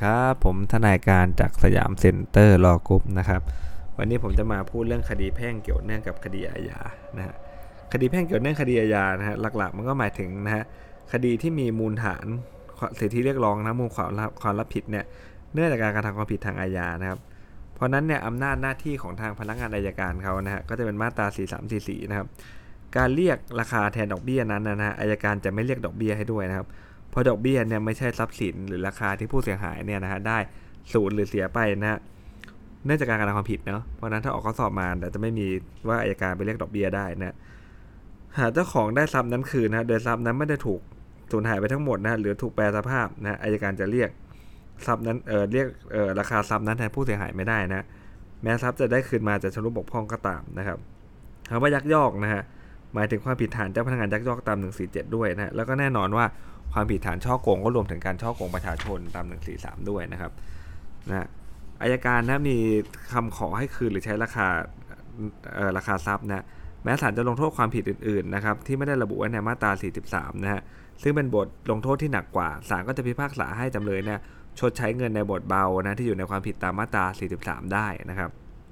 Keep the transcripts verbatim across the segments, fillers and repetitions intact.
ครับผมทนายการจากสยามเซ็นเตอร์ลอกรุ๊ปนะครับวันนี้ผมจะมาพูดเรื่องคดีแพ่งเกี่ยวเนื่องกับคดีอาญานะฮะคดีแพ่งเกี่ยวเนื่องคดีอาญานะฮะหลักๆมันก็หมายถึงนะฮะคดีที่มีมูลฐานสิทธิเรียกร้องนะมูลความรับความรับผิดเนี่ยเนื่องจากการกระทำความผิดทางอาญานะครับเพราะนั้นเนี่ยอำนาจหน้าที่ของทางพนักงานอัยการเขานะฮะก็จะเป็นมาตราสี่สามสี่สี่นะครับการเรียกราคาแทนดอกเบี้ยนั้นนะฮะอัยการจะไม่เรียกดอกเบี้ยให้ด้วยนะครับเพราะดอกเบี้ยเนี่ยไม่ใช่ทรัพย์สินหรือราคาที่ผู้เสียหายเนี่ยนะฮะได้ศูนย์หรือเสียไปนะฮะเนื่องจากการกระทำความผิดเนาะเพราะนั้นถ้าออกข้อสอบมาแต่จะไม่มีว่าอัยการไปเรียกดอกเบี้ยได้นะหากเจ้าของได้ทรัพย์นั้นคืนนะโดยทรัพย์นั้นไม่ได้ถูกสูญหายไปทั้งหมดนะหรือถูกแปรสภาพนะอัยการจะเรียกทรัพย์นั้นเออเรียกเออราคาทรัพย์นั้นแทนผู้เสียหายไม่ได้นะแม้ทรัพย์จะได้คืนมาจากชำรุบกพร่องก็ตามนะครับคำว่ายักยอกนะฮะหมายถึงความผิดฐานเจ้าพนักงานยักยอกตามหนึ่งสี่เจ็ดด้วยนะแล้วก็แน่นอนว่าความผิดฐานช่อโกงก็รวมถึงการช่อโกงประชาชนตามหนึ่งสี่สามด้วยนะครับนะอัยการนะมีคำขอให้คืนหรือใช้ราคาเอ่อราคาทรัพย์นะแม้ศาลจะลงโทษความผิดอื่นๆนะครับที่ไม่ได้ระบุไว้ในมาตราสี่สิบสามนะฮะซึ่งเป็นบทลงโทษที่หนักกว่าศาลก็จะพิพากษาให้จำเลยเนี่ยชดใช้เงินในบทเบานะที่อยู่ในความผิดตามมาตราสี่สิบสามได้นะครับ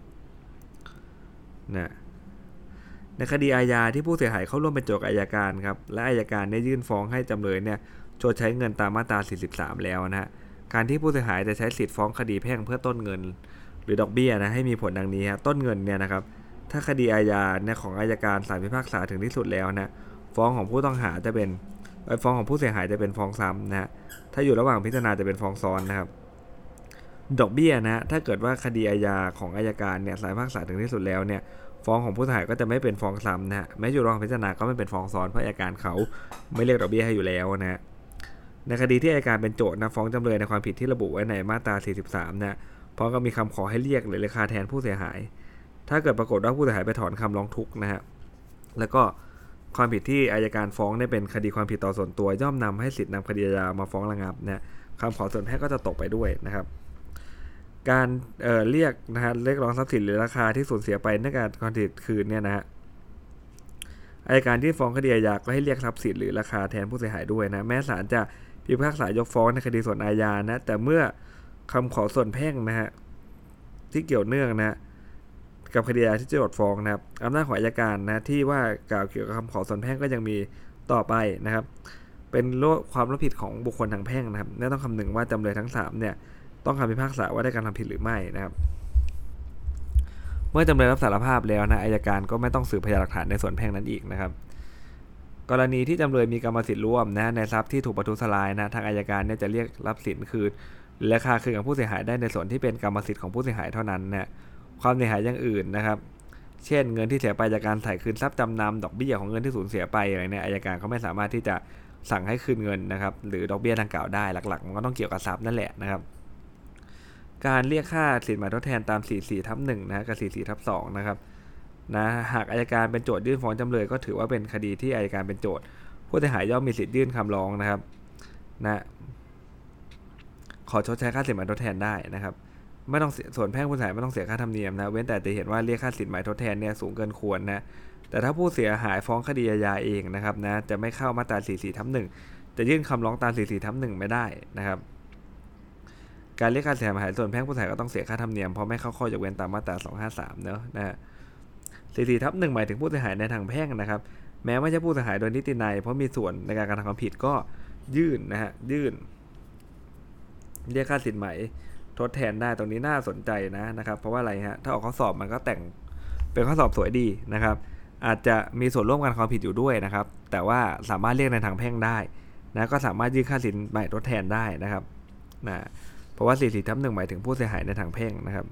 นะในคดีอาญาที่ผู้เสียหายเข้าร่วมเป็นโจทก์อัยการครับและอัยการได้ยื่นฟ้องให้จำเลยเนี่ยชดใช้เงินตามมาตราสี่สิบสามแล้วนะฮะการที่ผู้เสียหายจะใช้สิทธิ์ฟ้องคดีแพ่งเพื่อต้นเงินหรือดอกเบี้ยนะให้มีผลดังนี้ฮะต้นเงินเนี่ยนะครับถ้าคดีอาญาเนี่ยของอัยการศาลพิพากษาถึงที่สุดแล้วนะฟ้องของผู้ต้องหาจะเป็นฟ้องของผู้เสียหายจะเป็นฟ้องซ้ำนะฮะถ้าอยู่ระหว่างพิจารณาจะเป็นฟ้องซ้อนนะครับดอกเบี้ยนะถ้าเกิดว่าคดีอาญาของอัยการเนี่ยศาลพิพากษาถึงที่สุดแล้วเนี่ยฟ้องของผู้เสียหายก็จะไม่เป็นฟ้องซ้ำนะฮะแม้อยู่ระหว่างพิจารณาก็ไม่เป็นฟ้องซ้อนเพราะอัยการเขาไม่เรียกดอกเบี้ยให้อยู่แล้วนะฮะในคดีที่อัยการเป็นโจทก์นะฟ้องจำเลยในความผิดที่ระบุไว้ในมาตราสี่สิบสามนะพร้อมกับมีคำขอให้เรียกหรือราคาแทนผู้เสียหายถ้าเกิดปรากฏว่าผู้เสียหายไปถอนคำร้องทุกข์นะฮะแล้วก็ความผิดที่อัยการฟ้องได้เป็นคดีความผิดต่อส่วนตัวย่อมนำให้สิทธินำคดีอาญามาฟ้องระงับนะคำขอส่วนแพ่งก็จะตกไปด้วยนะครับการ เอ่อ เรียกนะฮะเรียกร้องทรัพย์สินหรือราคาที่สูญเสียไปในการความผิดคืนเนี่ยนะฮะอัยการที่ฟ้องคดีอาญาก็ให้เรียกทรัพย์สินหรือราคาแทนผู้เสียหายด้วยนะแม้ศาลจะพิพากษายกฟ้องในคดีส่วนอาญานะแต่เมื่อคำขอส่วนแพ่งนะฮะที่เกี่ยวเนื่องนะกับคดีอาญาที่โจทก์ฟ้องนะครับอำนาจของอัยการนะที่ว่ากล่าวเกี่ยวกับคำขอส่วนแพ่งก็ยังมีต่อไปนะครับเป็นความรับผิดของบุคคลทางแพ่งนะครับและต้องคำนึงว่าจำเลยทั้งสามเนี่ยต้องคำพิพากษาว่าได้การทำผิดหรือไม่นะครับเมื่อจำเลยรับสารภาพแล้วนะอัยการก็ไม่ต้องสืบพยานหลักฐานในส่วนแพ่งนั้นอีกนะครับกรณีที่จำเลยมีกรรมสิทธิ์ร่วมนะในทรัพย์ที่ถูกประทุษร้ายนะทางอัยการเนี่ยจะเรียกรับสินคืนราคาคืนกับผู้เสียหายได้ในส่วนที่เป็นกรรมสิทธิ์ของผู้เสียหายเท่านั้นนะความเสียหายอย่างอื่นนะครับเช่นเงินที่เสียไปจากการถ่ายคืนทรัพย์จำนำดอกเบี้ยของเงินที่สูญเสียไปอะไรเนี่ยอัยการเขาไม่สามารถที่จะสั่งให้คืนเงินนะครับหรือดอกเบี้ยดังกล่าวได้หลักๆมันก็ต้องเกี่ยวกับทรัพย์นั่นแหละนะครับการเรียกค่าสินไหมทดแทนตาม สี่สิบสี่ทับหนึ่ง นะกับ สี่สิบสี่ทับสอง นะครับนะหากอัยการเป็นโจทยื่นฟ้องจำเลยก็ถือว่าเป็นคดีที่อัยการเป็นโจทย์ผู้เสียหายย่อมมีสิทธิ์ยื่นคำร้องนะครับนะขอชดใช้ค่าสินไหมทดแทนได้นะครับไม่ต้องส่วนแพ่งผู้เสียหายไม่ต้องเสียค่าธรรมเนียมนะเว้นแต่จะเห็นว่าเรียกค่าสินไหมทดแทนเนี่ยสูงเกินควรนะแต่ถ้าผู้เสียหายฟ้องคดีอาญาเองนะครับนะจะไม่เข้ามาตรา สี่สิบสี่ทับหนึ่ง จะยื่นคำร้องตาม สี่สิบสี่ทับหนึ่ง ไม่ได้นะครับการเรียกค่าเสียหายส่วนแพ่งผู้เสียหายก็ต้องเสียค่าธรรมเนียมเพราะไม่เข้าข้อยกเว้นตามมาตราสองห้าสามเนอะนะฮะ สี่สิบสี่ทับหนึ่ง หมายถึงผู้เสียหายในทางแพ่งนะครับแม้ไม่ใช่ผู้เสียหายโดยนิตินัยเพราะมีส่วนในการกระทำความผิดก็ยื่นนะฮะยื่นเรียกค่าสินไหมทดแทนได้ตรงนี้น่าสนใจนะนะครับเพราะว่าอะไรฮะถ้าออกข้อสอบมันก็แต่งเป็นข้อสอบสวยดีนะครับอาจจะมีส่วนร่วมกันความผิดอยู่ด้วยนะครับแต่ว่าสามารถเรียกในทางแพ่งได้นะก็สามารถยื่นค่าสินไหมทดแทนได้นะครับนะเพราะว่า สี่สิบสี่ทับหนึ่ง หมายถึงผู้เสียหายในทางแพ่งนะครับ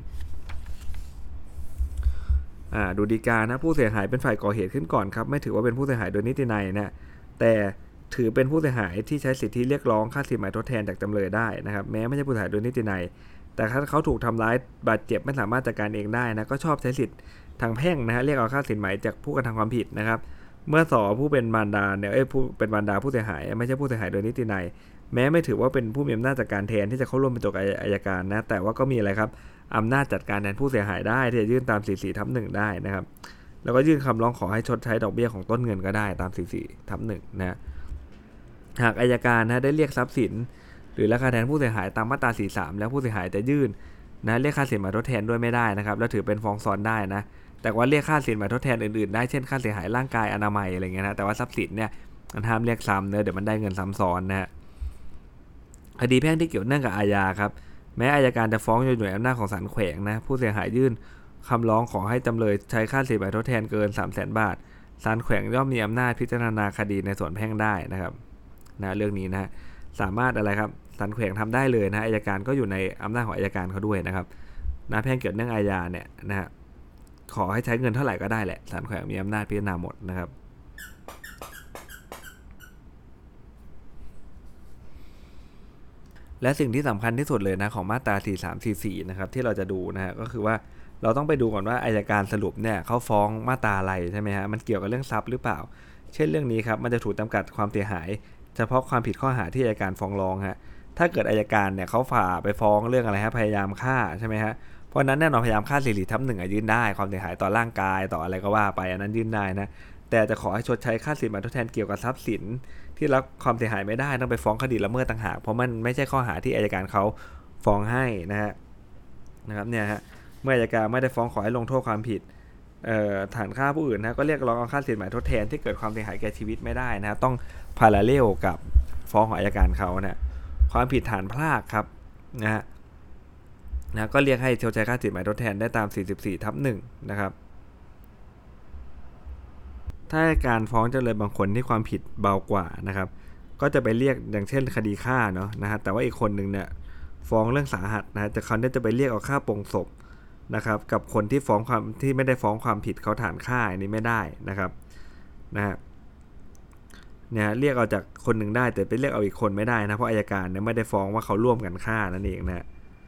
อ่าดูฎีกานะผู้เสียหายเป็นฝ่ายก่อเหตุขึ้นก่อนครับไม่ถือว่าเป็นผู้เสียหายโดยนิตินัยนะแต่ถือเป็นผู้เสียหายที่ใช้สิทธิเรียกร้องค่าสินไหมทดแทนจากจำเลยได้นะครับแม้ไม่ใช่ผู้เสียหายโดยนิตินัยแต่ถ้าเขาถูกทำร้ายบาดเจ็บไม่สามารถจัดการเองได้นะก็ชอบใช้สิทธิทางแพ่งนะฮะเรียกเอาค่าสินไหมจากผู้กระทำความผิดนะครับเมื่อสอผู้เป็นมารดาเนี่ยเอ้ยผู้เป็นมารดาผู้เสียหายไม่ใช่ผู้เสียหายโดยนิตินัยแม้ไม่ถือว่าเป็นผู้มีอำนาจจัดการแทนที่จะเข้าร่วมเป็นโจทก์อัยการนะแต่ว่าก็มีอะไรครับอำนาจจัดการแทนผู้เสียหายได้ที่จะยื่นตาม สี่สิบสี่ทับหนึ่ง ได้นะครับแล้วก็ยื่นคำร้องขอให้ชดใช้ดอกเบี้ยของต้นเงินก็ได้ตาม สี่สิบสี่ทับหนึ่ง นะหากอัยการนะได้เรียกทรัพย์สินหรือรือราคาแทนผู้เสียหายตามมาตราสี่สิบสามแล้วผู้เสียหายจะยื่นนะเรียกค่าสินไหมทดแทนด้วยไม่ได้นะครับแล้วถือเป็นฟ้องซ้อนได้นะแต่ว่าเรียกค่าสินไหมทดแทนอื่นๆได้เช่นค่าเสียหายร่างกายอนามัยอะไรเงี้ยนะแต่ว่าทรัพย์สินเนี่ยมันห้ามเรียกซ้ำเนอะเดี๋ยวมันได้เงินซ้ำซ้อนนะฮะคดีแพ่งที่เกี่ยวเนื่องกับอาญาครับแม้อัยการจะฟ้องโดยหน่วยอำนาจของศาลแขวงนะผู้เสียหายยื่นคำร้องขอให้จำเลยใช้ค่าสินไหมทดแทนเกิน สามแสน บาทศาลแขวงย่อมมีอำนาจพิจารณาคดีในส่วนแพ่งได้นะครับนะเรื่องนี้นะสามารถอะไรครับศาลแขวงทำได้เลยนะอัยการก็อยู่ในอำนาจของอัยการเขาด้วยนะครับนะแพ่งเกี่ยวเนื่องอาญาเนี่ยนะฮะขอให้ใช้เงินเท่าไหร่ก็ได้แหละศาลแขวงมีอำนาจพิจารณาหมดนะครับและสิ่งที่สำคัญที่สุดเลยนะของมาตราสี่สามสี่สี่นะครับที่เราจะดูนะฮะก็คือว่าเราต้องไปดูก่อนว่าอัยการสรุปเนี่ยเขาฟ้องมาตราอะไรใช่ไหมฮะมันเกี่ยวกับเรื่องทรัพย์หรือเปล่าเช่นเรื่องนี้ครับมันจะถูกจำกัดความเสียหายเฉพาะความผิดข้อหาที่อัยการฟ้องร้องฮะถ้าเกิดอัยการเนี่ยเขาฝ่าไปฟ้องเรื่องอะไรฮะพยายามฆ่าใช่ไหมฮะเพราะนั้นแน่นอนพยายามฆ่าสี่สิบทับหนึ่งยื่นได้ความเสียหายต่อร่างกายต่ออะไรก็ว่าไปอันนั้นยื่นได้นะแต่จะขอให้ชดใช้ค่าสินไหมทดแทนเกี่ยวกับทรัพย์สินที่รับความเสียหายไม่ได้ต้องไปฟ้องคดีละเมิดต่างหากเพราะมันไม่ใช่ข้อหาที่อัยการเขาฟ้องให้นะฮะนะครับเนี่ยฮะเมื่ออัยการไม่ได้ฟ้องขอให้ลงโทษความผิดฐานฆ่าผู้อื่นนะก็เรียกร้องเอาค่าสินไหมทดแทนที่เกิดความเสียหายแก่ชีวิตไม่ได้นะต้องพาราเลลกับฟ้องของอัยการเขานะความผิดฐานพลาดครับนะฮะนะก็เรียกให้ชดใช้ค่าสินไหมทดแทนได้ตามสี่สิบสี่ทับหนึ่งนะครับถ้าการฟ้องจำเลยบางคนที่ความผิดเบากว่านะครับก็จะไปเรียกอย่างเช่นคดีฆ่าเนาะนะฮะแต่ว่าอีกคนหนึ่งเนี่ยฟ้องเรื่องสาหัสนะแต่เขาเนี่ยจะไปเรียกเอาค่าปรงศพนะครับกับคนที่ฟ้องความที่ไม่ได้ฟ้องความผิดเขาฐานฆ่าอันนี้ไม่ได้นะครับนะฮะเนี่ยเรียกเอาจากคนหนึ่งได้แต่ไปเรียกเอาอีกคนไม่ได้นะเพราะอัยการเนี่ยไม่ได้ฟ้องว่าเขาร่วมกันฆ่านั่นเองนะ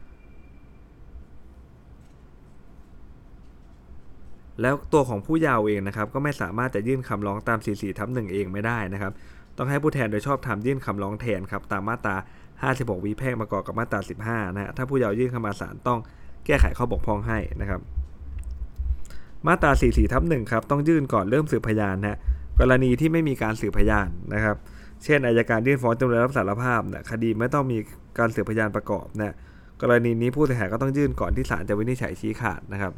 แล้วตัวของผู้เยาว์เองนะครับก็ไม่สามารถจะยื่นคำร้องตามสี่สิบสี่ทับหนึ่งเองไม่ได้นะครับต้องให้ผู้แทนโดยชอบธรรมยื่นคำร้องแทนครับตามมาตราห้าสิบหกวิแพ่งประกอบกับมาตราสิบห้านะฮะถ้าผู้เยาว์ยื่นเข้ามาศาลต้องแก้ไขข้อบกพร่องให้นะครับมาตราสี่สิบสี่ทับหนึ่งครับต้องยื่นก่อนเริ่มสืบพยานนะกรณีที่ไม่มีการสืบพยานนะครับเช่นอัยการยื่นฟ้องจำเลยรับสารภาพนะคดีไม่ต้องมีการสืบพยานประกอบนะกรณีนี้ผู้เสียหายก็ต้องยื่นก่อนที่ศาลจะวินิจฉัยชี้ขาดนะครับ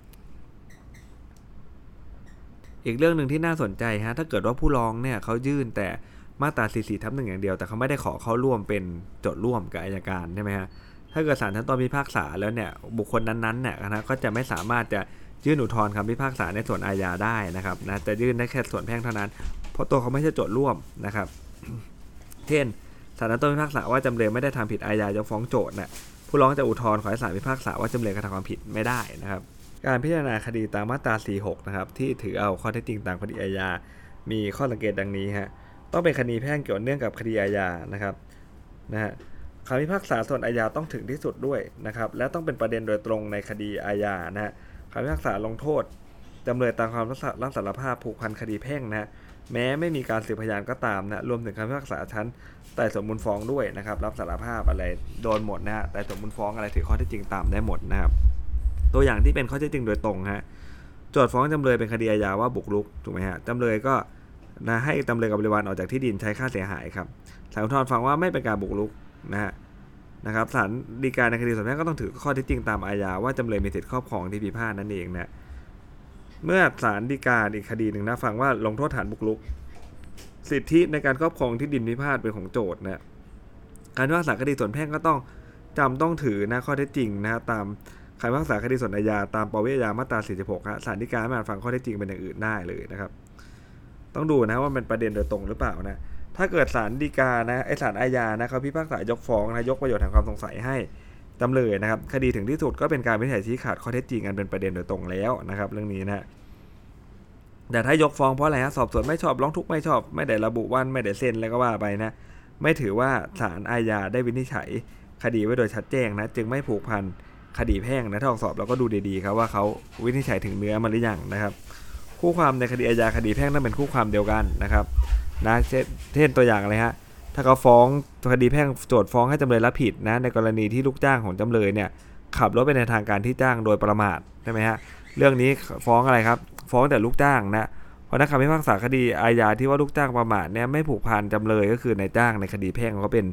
อีกเรื่องหนึ่งที่น่าสนใจฮะถ้าเกิดว่าผู้ร้องเนี่ยเขายื่นแต่มาตราสี่สิบสี่ทับหนึ่งอย่างเดียวแต่เขาไม่ได้ขอเข้าร่วมเป็นโจทย์ร่วมกับอัยการใช่ไหมฮะถ้าเกิดศาลชั้นต้นพิพากษาแล้วเนี่ยบุคคลนั้นๆเนี่ยนะก็จะไม่สามารถจะยื่นอุทธรณ์คำพิพากษาในส่วนอาญาได้นะครับนะจะยื่นได้แค่ส่วนแพ่งเท่านั้นเพราะตัวเขาไม่ใช่โจทย์ร่วมนะครับเช่นศาลชั้นต้นพิพากษาว่าจำเลยไม่ได้ทำผิดอาญายกฟ้องโจทย์เนี่ยผู้ร้องจะอุทธรณ์ขอให้ศาลพิพากษาว่าจำเลยกระทำความผิดไม่ได้นะครับการพิจารณาคดีตามมาตราสี่สิบหกนะครับที่ถือเอาข้อเท็จจริงตามคดีอาญามีข้อสังเกตดังนี้ฮะต้องเป็นคดีแพ่งเกี่ยวเนื่องกับคดีอาญานะครับนะฮะคำพิพากษาส่วนอาญาต้องถึงที่สุดด้วยนะครับและต้องเป็นประเด็นโดยตรงในคดีอาญานะฮะคำพิพากษาลงโทษจำเลยตามความรับสารภาพผูกพันคดีแพ่งนะแม้ไม่มีการสืบพยานก็ตามนะรวมถึงคำพิพากษาชั้นไต่สวนมูลฟ้องด้วยนะครับรับสารภาพอะไรโดนหมดนะฮะไต่สวนมูลฟ้องอะไรถือข้อเท็จจริงตามได้หมดนะครับตัวอย่างที่เป็นข้อเท็จจริงโดยตรงฮะโจทก์ฟ้องจำเลยเป็นคดีอาญาว่าบุกรุกถูกไหมฮะจำเลยก็นะให้จำเลยกับบริวารออกจากที่ดินใช้ค่าเสียหายครับศาลอุทธรณ์ฟังว่าไม่เป็นการบุกรุกนะฮะนะครับศาลฎีกาในคดีส่วนแพ่งก็ต้องถือข้อเท็จจริงตามอาญาว่าจำเลยมีสิทธิครอบครองที่พิพาทนั่นเองนะเมื่อศาลฎีกาอีกคดีหนึ่งนะฟังว่าลงโทษฐานบุกรุกสิทธิในการครอบครองที่ดินพิพาทเป็นของโจทก์นะการพิพากษาคดีส่วนแพ่งก็ต้องจำต้องถือนะข้อเท็จจริงนะตามคำพิพากษาคดีส่วนอาญาตามปวิอาญามาตราสี่สิบหกฮะศาลฎีกาไม่อาจฟังข้อเท็จจริงเป็นอย่างอื่นได้เลยนะครับต้องดูนะว่ามันประเด็นโดยตรงหรือเปล่านะถ้าเกิดศาลฎีกานะไอศาลอาญานะเขาพิพากษายกฟ้องนะยกประโยชน์แห่งความสงสัยให้จำเลยนะครับคดีถึงที่สุดก็เป็นการวินิจฉัยชี้ขาดข้อเท็จจริงอันเป็นประเด็นโดยตรงแล้วนะครับเรื่องนี้นะแต่ถ้ายกฟ้องเพราะอะไรฮะสอบสวนไม่ชอบร้องทุกข์ไม่ชอบไม่ได้ระบุวันไม่ได้เซ็นอะไรก็ว่าไปนะไม่ถือว่าศาลอาญาได้วินิจฉัยคดีไว้โดยชัดแจ้งนะจึงไม่ผูกพันคดีแพ่งนะถ้าออกสอบเราก็ดูดีๆครับว่าเขาวินิจฉัยถึงเนื้อมันหรือยังนะครับคู่ความในคดีอาญาคดีแพ่งนั้นเป็นคู่ความเดียวกันนะครับนะเช่นตัวอย่างเลยฮะถ้าเขาฟ้องคดีแพ่งโจทก์ฟ้องให้จำเลยรับผิดนะในกรณีที่ลูกจ้างของจำเลยเนี่ยขับรถไปในทางการที่จ้างโดยประมาทใช่ไหมฮะเรื่องนี้ฟ้องอะไรครับฟ้องแต่ลูกจ้างนะเพราะนักคำพิพากษาคดีอาญาที่ว่าลูกจ้างประมาทเนี่ยไม่ผูกพันจำเลยก็คือนายจ้างในคดีแพ่งเขาเป็น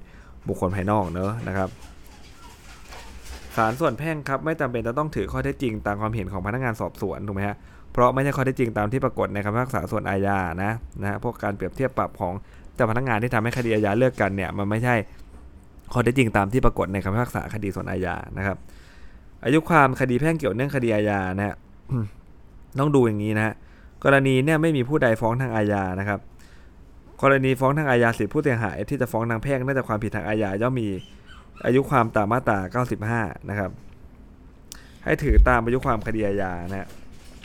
บุคคลภายนอกเนอะนะครับศาลส่วนแพ่งครับไม่จำเป็นจะต้องถือข้อเท็จจริงตามความเห็นของพนักงานสอบสวนถูกไหมฮะเพราะไม่ใช่ข้อเท็จจริงตามที่ปรากฏในคำพิพากษาส่วนอาญานะนะพวกการเปรียบเทียบปรับของเจ้าพนักงานที่ทำให้คดีอาญาเลิกกันเนี่ยมันไม่ใช่ข้อเท็จจริงตามที่ปรากฏในคำพิพากษาคดีส่วนอาญานะครับอายุความคดีแพ่งเกี่ยวเนื่องคดีอาญานะฮะ ต้องดูอย่างนี้นะฮะกรณีเนี่ยไม่มีผู้ใดฟ้องทางอาญานะครับกรณีฟ้องทางอาญาสิทธิผู้เสียหายที่จะฟ้องทางแพ่งเนื่องจากความผิดทางอาญาย่อมมีอายุความตามมาตราเก้าสิบห้านะครับให้ถือตามอายุความคดีอาญานะฮะ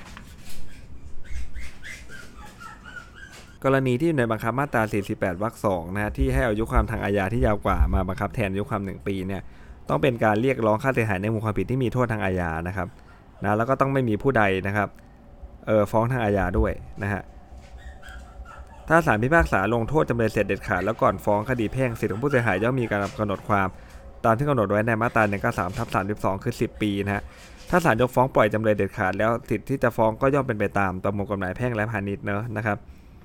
กรณีที่อยู่ในบังคับมาตราสี่สิบแปดวรรคสองนะฮะที่ให้อายุความทางอาญาที่ยาวกว่ามาบังคับแทนอายุความหนึ่งปีเนี่ยต้องเป็นการเรียกร้องค่าเสียหายในมูลความผิดที่มีโทษทางอาญานะครับนะแล้วก็ต้องไม่มีผู้ใดนะครับเออฟ้องทางอาญาด้วยนะฮะถ้าศาลพิพากษาลงโทษจำเลยเสร็จเด็ดขาดแล้วก่อนฟ้องคดีแพ่งสิทธิของผู้เสียหายย่อมมีการกำหนดความตามที่กำหนดไว้ในมาตราหนึ่งร้อยเก้าสิบสามทับสามสิบสองคือสิบปีนะฮะถ้าศาลยกฟ้องปล่อยจำเลยเด็ดขาดแล้วสิทธิที่จะฟ้องก็ย่อมเป็นไปตามประมวลกฎหมายแพ่งและพาณิชย์เนอะนะครับ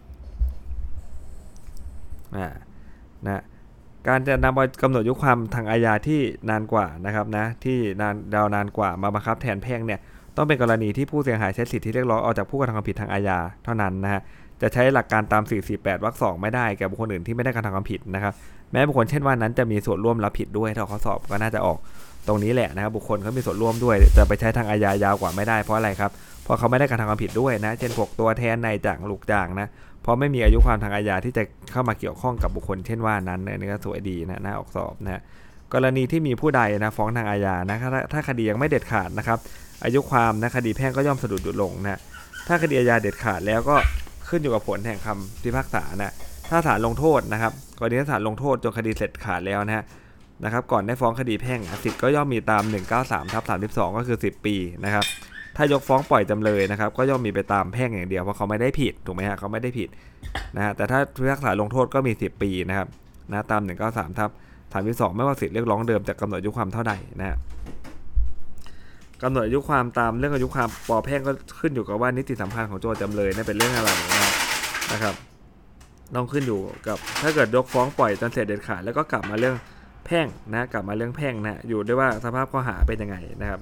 นะการจะนำมากำหนดอายุความทางอาญาที่นานกว่านะครับนะที่นานดาวนานกว่ามาบังคับแทนแพ่งเนี่ยต้องเป็นกรณีที่ผู้เสียหายใช้สิทธิเรียกร้องออกจากผู้กระทำความผิดทางอาญาเท่านั้นนะฮะจะใช้หลักการตามสี่สี่แปดวรรคสองไม่ได้แก่บุคคลอื่นที่ไม่ได้กระทำความผิดนะครับแม้บุคคลเช่นว่านั้นจะมีส่วนร่วมรับผิดด้วยถ้าเขาสอบก็น่าจะออกตรงนี้แหละนะครับบุคคลเขามีส่วนร่วมด้วยจะไปใช้ทางอาญายาวกว่าไม่ได้เพราะอะไรครับเพราะเขาไม่ได้กระทำความผิดด้วยนะเช่นพวกตัวแทนนายจ้างลูกจ้างนะเพราะไม่มีอายุความทางอาญาที่จะเข้ามาเกี่ยวข้องกับบุคคลเช่นว่านั้นเนี่ยนี่ก็สวยดีนะน่าออกสอบนะกรณีที่มีผู้ใดนะฟ้องทางอาญานะถ้าถ้าคดียังไม่เด็ดขาดนะครับอายุความนะคดีแพ่งก็ย่อมสะดุดหยุดลงนะถ้าคดีอาญาเด็ดขาดแล้วก็ขึ้นอยู่กับผลแห่งคำพิพากษานะถ้าศาลลงโทษนะครับกรณีที่ศาลลงโทษจนคดีเสร็จขาดแล้วนะฮะนะครับก่อนได้ฟ้องคดีแพ่งสิทธิ์ก็ย่อมมีตามหนึ่งร้อยเก้าสิบสามทับสามสิบสองก็คือสิบปีนะครับถ้ายกฟ้องปล่อยจำเลยนะครับก็ย่อมมีไปตามแพ่งอย่างเดียวเพราะเขาไม่ได้ผิดถูกไหมฮะเขาไม่ได้ผิดนะฮะแต่ถ้าพิพากษาลงโทษก็มีสิบปีนะครับนะตามหนึ่งร้อยเก้าสิบสามทับสามสิบสองไม่ว่าสิทธิ์เรียกร้องเดิมจะกำหนดอายุความเท่าใดนะฮะกำหนดอายุความตามเรื่องอายุความปอแพ่งก็ขึ้นอยู่กับว่านิติสัมพันธ์ของโจทย์จำเลยนั่นเป็นเรื่องอะไรนะครับนะครับต้องขึ้นอยู่กับถ้าเกิดยกฟ้องปล่อยจนเสร็จเด็ดขาดแล้วก็กลับมาเรื่องแพ่งนะกลับมาเรื่องแพ่งนะอยู่ด้วยว่าสภาพข้อหาเป็นยังไงนะครับ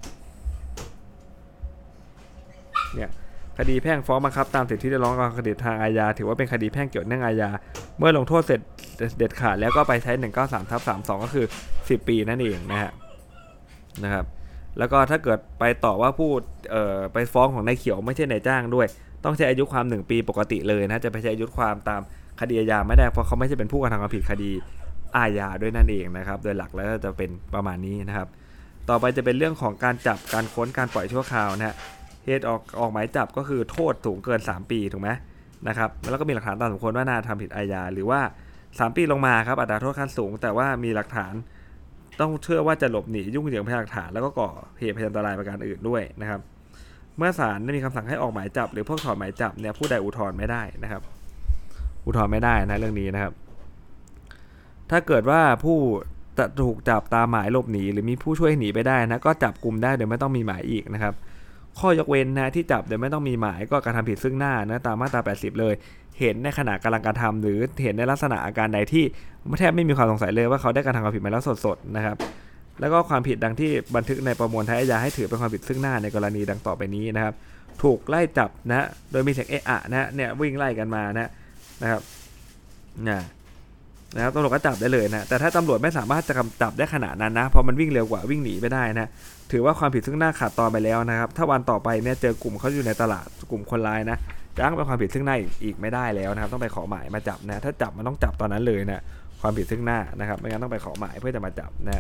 เนี่ยคดีแพ่งฟ้องบังคับตามสิทธิที่ได้ร้องกับคดีทางอาญาถือว่าเป็นคดีแพ่งเกี่ยวเนื่องอาญาเมื่อลงโทษเสร็จเด็ดขาดแล้วก็ไปใช้หนึ่งร้อยเก้าสิบสามทับสามสิบสองก็คือสิบปีนั่นเองนะฮะนะครับแล้วก็ถ้าเกิดไปต่อว่าผู้เอ่อไปฟ้องของนายเขียวไม่ใช่นายจ้างด้วยต้องใช้อายุความหนึ่งปีปกติเลยนะจะไปใช้อายุความตามคดีอาญาไม่ได้เพราะเขาไม่ใช่เป็นผู้กระทำความผิดคดีอาญาด้วยนั่นเองนะครับโดยหลักแล้วจะเป็นประมาณนี้นะครับต่อไปจะเป็นเรื่องของการจับการค้นการปล่อยชั่วคราวนะฮะเหตุออกออกหมายจับก็คือโทษสูงเกินสามปีถูกไหมนะครับแล้วก็มีหลักฐานตามสมควรว่าน่าทำผิดอาญาหรือว่าสามปีลงมาครับอัตราโทษขั้นสูงแต่ว่ามีหลักฐานต้องเชื่อว่าจะหลบหนียุ่งเหยิงพยานหลักฐานแล้วก็ก่อเหตุพยานอันตรายประการอื่นด้วยนะครับเมื่อศาลได้มีคำสั่งให้ออกหมายจับหรือเพิกถอนหมายจับเนี่ยผู้ใดอุทธรณ์ไม่ได้นะครับอุทธรณ์ไม่ได้นะเรื่องนี้นะครับถ้าเกิดว่าผู้ถูกจับตามหมายหลบหนีหรือมีผู้ช่วยหนีไปได้นะก็จับกุมได้โดยไม่ต้องมีหมายอีกนะครับข้อยกเว้นนะที่จับโดยไม่ต้องมีหมายก็การทำผิดซึ่งหน้านะตามมาตราแปดสิบเลยเห็นในขณะกำลังกระทำหรือเห็นในลักษณะอาการใดที่แทบไม่มีความสงสัยเลยว่าเขาได้กระทำความผิดมาแล้วสดๆนะครับแล้วก็ความผิดดังที่บันทึกในประมวลทางอาญาให้ถือเป็นความผิดซึ่งหน้าในกรณีดังต่อไปนี้นะครับถูกไล่จับนะโดยมีเสียงเอะอะนะเนี่ยวิ่งไล่กันมานะนะครับนะนะครับตำรวจก็จับได้เลยนะแต่ถ้าตำรวจไม่สามารถจะจับได้ขนาดนั้นนะเพราะมันวิ่งเร็วกว่าวิ่งหนีไม่ได้นะถือว่าความผิดซึ่งหน้าขาดตอนไปแล้วนะครับถ้าวันต่อไปเนี่ยเจอกลุ่มเขาอยู่ในตลาดกลุ่มคนร้ายนะจะอ้างเป็นความผิดซึ่งหน้าอีกไม่ได้แล้วนะครับต้องไปขอหมายมาจับนะถ้าจับมันต้องจับตอนนั้นเลยนะความผิดซึ่งหน้านะครับไม่งั้นต้องไปขอหมายเพื่อจะมาจับนะ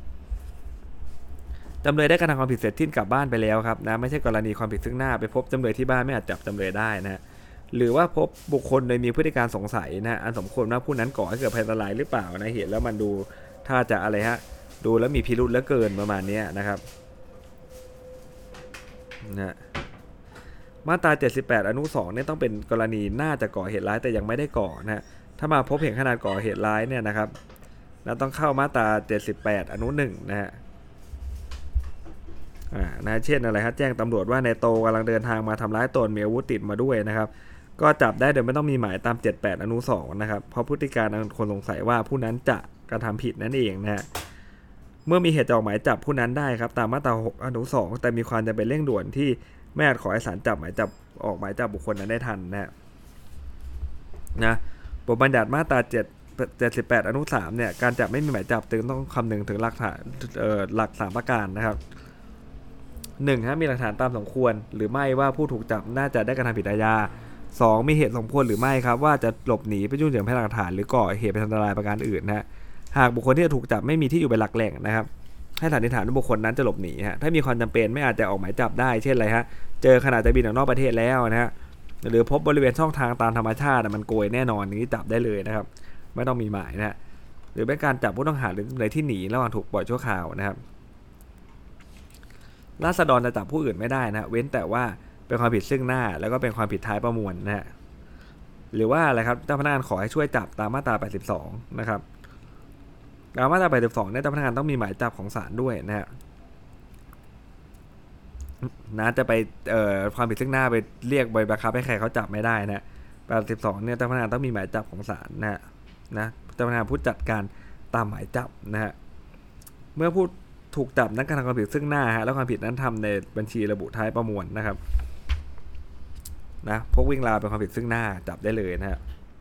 จำเลยได้กระทำความผิดเสร็จสิ้นกลับบ้านไปแล้วครับนะไม่ใช่กรณีความผิดซึ่งหน้าไปพบจำเลยที่บ้านไม่อาจจับจำเลยได้นะหรือว่าพบบุคคลโดยมีพฤติการสงสัยนะอันสมควรว่าผู้นั้นก่อให้เกิดภัยอันตรายหรือเปล่านะเห็นแล้วมันดูถ้าจะอะไรฮะดูแล้วมีพิรุธเหลือเกินประมาณนี้นะครับนะมาตราเจ็ดสิบแปดอนุสองเนี่ยต้องเป็นกรณีน่าจะก่อเหตุร้ายแต่ยังไม่ได้ก่อนะถ้ามาพบเห็นขนาดก่อเหตุร้ายเนี่ยนะครับเราต้องเข้ามาตราเจ็ดสิบแปดอนุหนึ่งนะฮะอ่านะเช่นอะไรฮะแจ้งตำรวจว่านายโตกำลังเดินทางมาทำร้ายตนมีอาวุธติดมาด้วยนะครับก็จับได้โดยไม่ต้องมีหมายตามเจ็ดสิบแปดอนุสองนะครับเพราะพฤติการอันคนสงสัยว่าผู้นั้นจะกระทำผิดนั่นเองนะฮะเมื่อมีเหตุออกหมายจับผู้นั้นได้ครับตามมาตราหกอนุสองแต่มีความจำเป็นเร่งด่วนที่ไม่อาจขอให้ศาลจับหมายจับออกหมายจับบุคคลนั้นได้ทันนะนะบทบัญญัติมาตราเจ็ดเจ็ดสิบแปดอนุสามเนี่ยการจับไม่มีหมายจับจึงต้องคำนึงถึงหลักฐานเอ่อหลักสามประการนะครับหนึ่งฮะมีหลักฐานตามสมควรหรือไม่ว่าผู้ถูกจับน่าจะได้กระทำผิดอาญาสองมีเหตุสมควรหรือไม่ครับว่าจะหลบหนีไปยุ่งเหยิงพยานหลักฐานหรือก่อเหตุเป็นอันตรายประการอื่นนะหากบุคคลที่จะถูกจับไม่มีที่อยู่เป็นหลักแหล่งนะครับให้สันนิษฐานว่าบุคคลนั้นจะหลบหนีฮะถ้ามีความจำเป็นไม่อาจจะออกหมายจับได้เช่นอะไรฮะเจอขณะจะบินออกนอกประเทศแล้วนะฮะหรือพบบริเวณช่องทางตามธรรมชาติมันโกยแน่นอนนี้จับได้เลยนะครับไม่ต้องมีหมายนะหรือเป็นการจับผู้ต้องหาหรืออะไรที่หนีระหว่างถูกปล่อยชั่วคราวนะครับราษฎรจะจับผู้อื่นไม่ได้นะเว้นแต่ว่าเป็นความผิดซึ่งหน้าแล้วก็เป็นความผิดท้ายประมวลนะฮะหรือว่าอะไรครับเจ้าพนักงานขอให้ช่วยจับตามมาตราแปดสิบสองนะครับตามมาตราแปดสิบสองเนี่ยเจ้าพนักงานต้องมีหมายจับของศาลด้วยนะฮะนะจะไปเอ่อความผิดซึ่งหน้าไปเรียกใบบังคับให้ใครเขาจับไม่ได้นะแปดสิบสองเนี่ยเจ้าพนักงานต้องมีหมายจับของศาลนะฮะนะเจ้าพนักงานผู้จัดการตามหมายจับนะฮะเมื่อผู้ถูกจับนั้นการทำความผิดซึ่งหน้าฮะแล้วความผิดนั้นทำในบัญชีระบุท้ายประมวลนะครับนะพกวิ่งราวเป็นความผิดซึ่งหน้าจับได้เลยนะฮะ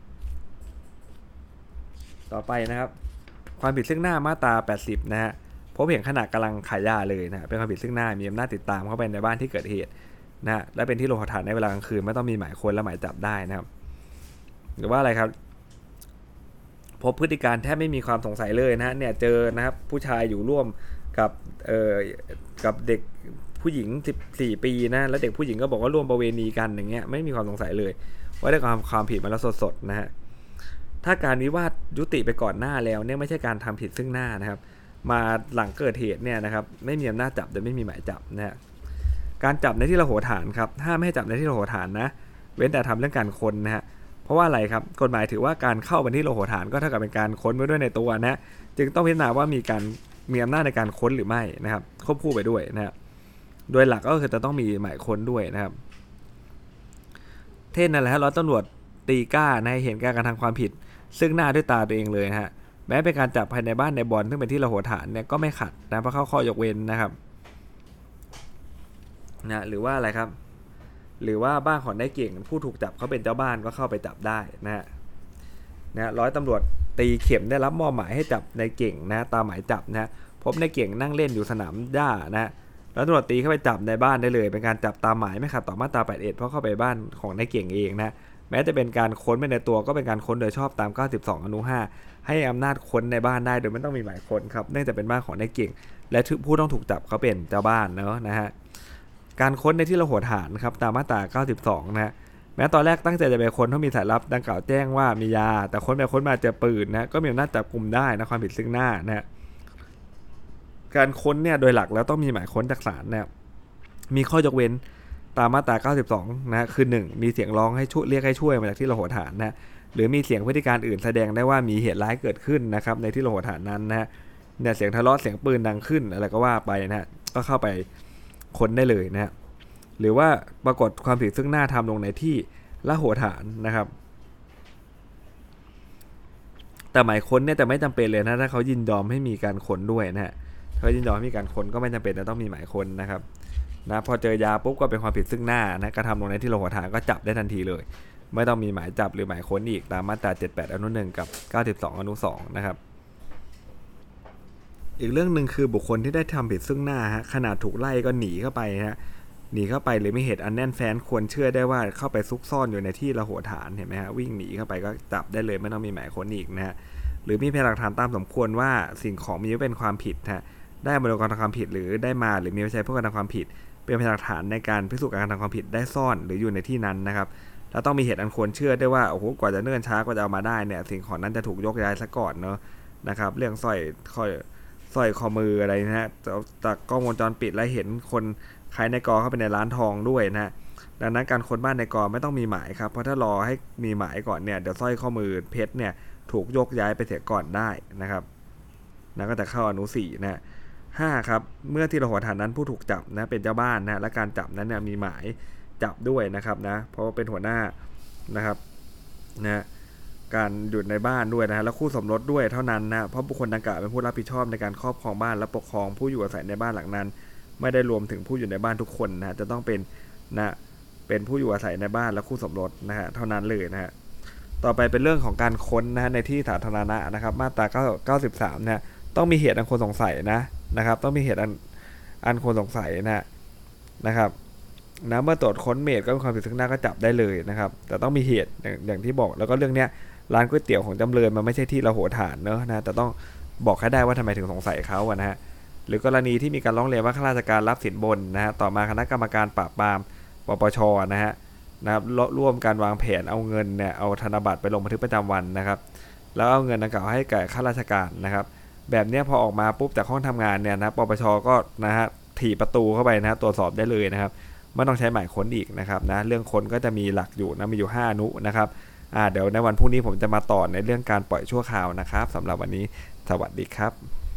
ต่อไปนะครับความผิดซึ่งหน้ามาตราแปดสิบนะฮะพบเห็นขณะกำลังขายยาเลยนะเป็นความผิดซึ่งหน้ามีอำนาจติดตามเข้าไปในบ้านที่เกิดเหตุนะและเป็นที่โลหะฐานในเวลากลางคืนไม่ต้องมีหมายค้นและหมายจับได้นะครับหรือว่าอะไรครับพบพฤติการแทบไม่มีความสงสัยเลยนะฮะเนี่ยเจอนะครับผู้ชายอยู่ร่วมกับเอ่อกับเด็กผู้หญิงสิบสี่ปีนะแล้วเด็กผู้หญิงก็บอกว่าร่วมประเวณีกันอย่างเงี้ยไม่มีความสงสัยเลยว่าได้ความความผิดมาแล้วสดๆนะฮะถ้าการวิวาทยุติไปก่อนหน้าแล้วเนี่ยไม่ใช่การทำผิดซึ่งหน้านะครับมาหลังเกิดเหตุเนี่ยนะครับไม่มีอำนาจจับโดยไม่มีหมายจับนะฮะการจับในที่ระโหฐานครับห้ามไม่ให้จับในที่ระโหฐานนะเว้นแต่ทำเรื่องการค้นนะฮะเพราะว่าอะไรครับกฎหมายถือว่าการเข้าไปที่ระโหฐานก็เท่ากับเป็นการค้นไว้ด้วยในตัวนะจึงต้องพิจารณาว่ามีการมีอำนาจในการค้นหรือไม่นะครับควบคู่ไปด้วยนะครับโดยหลักก็คือจะต้องมีหมายค้นด้วยนะครับเท่นนั่นแหละฮะร้อยตำรวจตีก้าในเห็นการกระทำความผิดซึ่งหน้าด้วยตาตัวเองเลยนะฮะแม้เป็นการจับภายในบ้านในบอนซึ่งเป็นที่ระโหฐานเนี่ยก็ไม่ขัดนะเพราะเข้าข้อยกเว้นนะครับนะหรือว่าอะไรครับหรือว่าบ้านของนายเก่งผู้ถูกจับเขาเป็นเจ้าบ้านก็เข้าไปจับได้นะฮะนะร้อยตำรวจตีเข็มได้รับมอบหมายให้จับนายเก่งนะตามหมายจับนะพบนายเก่งนั่งเล่นอยู่สนามหญ้านะแล้วตำรวจตีเข้าไปจับในบ้านได้เลยเป็นการจับตามหมายไม่ขัดต่อมาตราแปดสิบเอ็ดเพราะเข้าไปบ้านของนายเก่งเองนะแม้จะเป็นการค้นไปในตัวก็เป็นการค้นโดยชอบตามเก้าสิบสองอนุห้าให้อำนาจค้นในบ้านได้โดยไม่ต้องมีหมายค้นครับเนื่องจากเป็นบ้านของนายเก่งและผู้ต้องถูกจับเขาเป็นเจ้าบ้านเนาะนะฮะการค้นในที่ระโหฐานครับตามมาตราเก้าสิบสองนะแม้ตอนแรกตั้งใจจะไปค้นเพราะมีสายลับดังกล่าวแจ้งว่ามียาแต่ค้นไปค้นมาเจอปืนนะก็มีอำนาจจับกุมได้นะความผิดซึ่งหน้านะฮะการค้นเนี่ยโดยหลักแล้วต้องมีหมายค้นจากศาลนะมีข้อยกเว้นตามมาตราเก้าสิบสองนะคือหนึ่งมีเสียงร้องให้ช่วยเรียกให้ช่วยมาจากที่ระโหฐานนะหรือมีเสียงพฤติการอื่นแสดงได้ว่ามีเหตุร้ายเกิดขึ้นนะครับในที่ระโหฐานนั้นนะเนี่ยเสียงทะเลาะเสียงปืนดังขึ้นอะไรก็ว่าไปนะฮะก็เข้าไปค้นได้เลยนะฮะหรือว่าปรากฏความผิดซึ่งหน้าทำลงในที่ละโหฐานนะครับแต่หมายค้นเนี่ยแต่ไม่จำเป็นเลยนะถ้าเขายินยอมให้มีการค้นด้วยนะฮะถ้ายินยอมให้มีการค้นก็ไม่จำเป็นจะต้องมีหมายค้นนะครับนะพอเจอยาปุ๊บก็เป็นความผิดซึ่งหน้านะกระทำลงในที่ละโหฐานก็จับได้ทันทีเลยไม่ต้องมีหมายจับหรือหมายค้นอีกตามมาตราเจ็ดสิบแปดอนุหนึ่งกับเก้าสิบสองอนุสองนะครับอีกเรื่องนึงคือบุคคลที่ได้ทำผิดซึ่งหน้าฮะขนาดถูกไล่ก็หนีเข้าไปฮะหนีเข้าไปหรือมีเหตุอันแน่นแฟ้นควรเชื่อได้ว่าเข้าไปซุกซ่อนอยู่ในที่ระโหฐานเห็นไหมฮะวิ่งหนีเข้าไปก็จับได้เลยไม่ต้องมีหมายค้นอีกนะฮะหรือมีพยานหลักฐานตามสมควรว่าสิ่งของมีเป็นความผิดฮะได้บริการทำความผิดหรือได้มาหรือมีไว้ใช้เพื่อการทำความผิดเป็นพยานหลักฐานในการพิสูจน์การทำความผิดได้ซ่อนหรืออยู่ในที่นั้นนะครับแล้วต้องมีเหตุอันควรเชื่อได้ว่าโอ้โหกว่าจะเนิ่นช้ากว่าจะเอามาได้เนี่ยสิ่งของนั้นจะถูกยกย้ายซะก่อนเนาะนะครับเรื่องสร้อยข้อสร้อยคอมืออะไรนะฮะจากกล้องวงจรปิดแล้วเห็นคนขายในกอเข้าไปในร้านทองด้วยนะดังนั้นการค้นบ้านในกอไม่ต้องมีหมายครับเพราะถ้ารอให้มีหมายก่อนเนี่ยเดี๋ยวสร้อยข้อมือเพชรเนี่ยถูกยกย้ายไปเสียก่อนได้นะครับนั่นก็จะเข้าอนุสี่นะห้าครับเมื่อที่ระโหฐานนั้นผู้ถูกจับนะเป็นเจ้าบ้านนะและการจับนั้นเนี่ยมีหมายจับด้วยนะครับนะเพราะว่าเป็นหัวหน้านะครับนะการอยู่ในบ้านด้วยนะฮะและคู่สมรสด้วยเท่านั้นนะเพราะบุคคลดังกล่าวเป็นผู้รับผิดชอบในการครอบครองบ้านและปกครองผู้อยู่อาศัยในบ้านหลังนั้นไม่ได้รวมถึงผู้อยู่ในบ้านทุกคนนะจะต้องเป็นนะเป็นผู้อยู่อาศัยในบ้านและคู่สมรสนะฮะเท่านั้นเลยนะฮะต่อไปเป็นเรื่องของการค้นนะฮะในที่สาธารณะนะครับมาตราเก้าสิบสามนะต้องมีเหตุอันควรสงสัยนะนะครับต้องมีเหตุอันอันควรสงสัยนะนะครับนะเมื่อตรวจค้นเมดก็มีความผิดซึ่งหน้าก็จับได้เลยนะครับแต่ต้องมีเหตุอย่างอย่างที่บอกแล้วก็เรื่องเนี้ยร้านก๋วยเตี๋ยวของจำเลยมันไม่ใช่ที่ระโหฐานเนอะนะแต่ต้องบอกให้ได้ว่าทำไมถึงสงสัยเขาอะนะฮะหรือกรณีที่มีการร้องเรียนว่าข้าราชการรับสินบนนะฮะต่อมาคณะกรรมการปราบปรามปปชนะฮะนะครับร่วมการวางแผนเอาเงินเนี่ยเอาธนบัตรไปลงบันทึกประจำวันนะครับแล้วเอาเงินดังกล่าวให้แก่ข้าราชการนะครับแบบนี้พอออกมาปุ๊บจากห้องทำงานเนี่ยนะปปชก็นะฮะถีบประตูเข้าไปนะตรวจสอบได้เลยนะครับไม่ต้องใช้หมายค้นอีกนะครับนะเรื่องค้นก็จะมีหลักอยู่นะมีอยู่ห้าอนุนะครับอ่าเดี๋ยวในวันพรุ่งนี้ผมจะมาต่อในเรื่องการปล่อยชั่วคราวนะครับสำหรับวันนี้สวัสดีครับ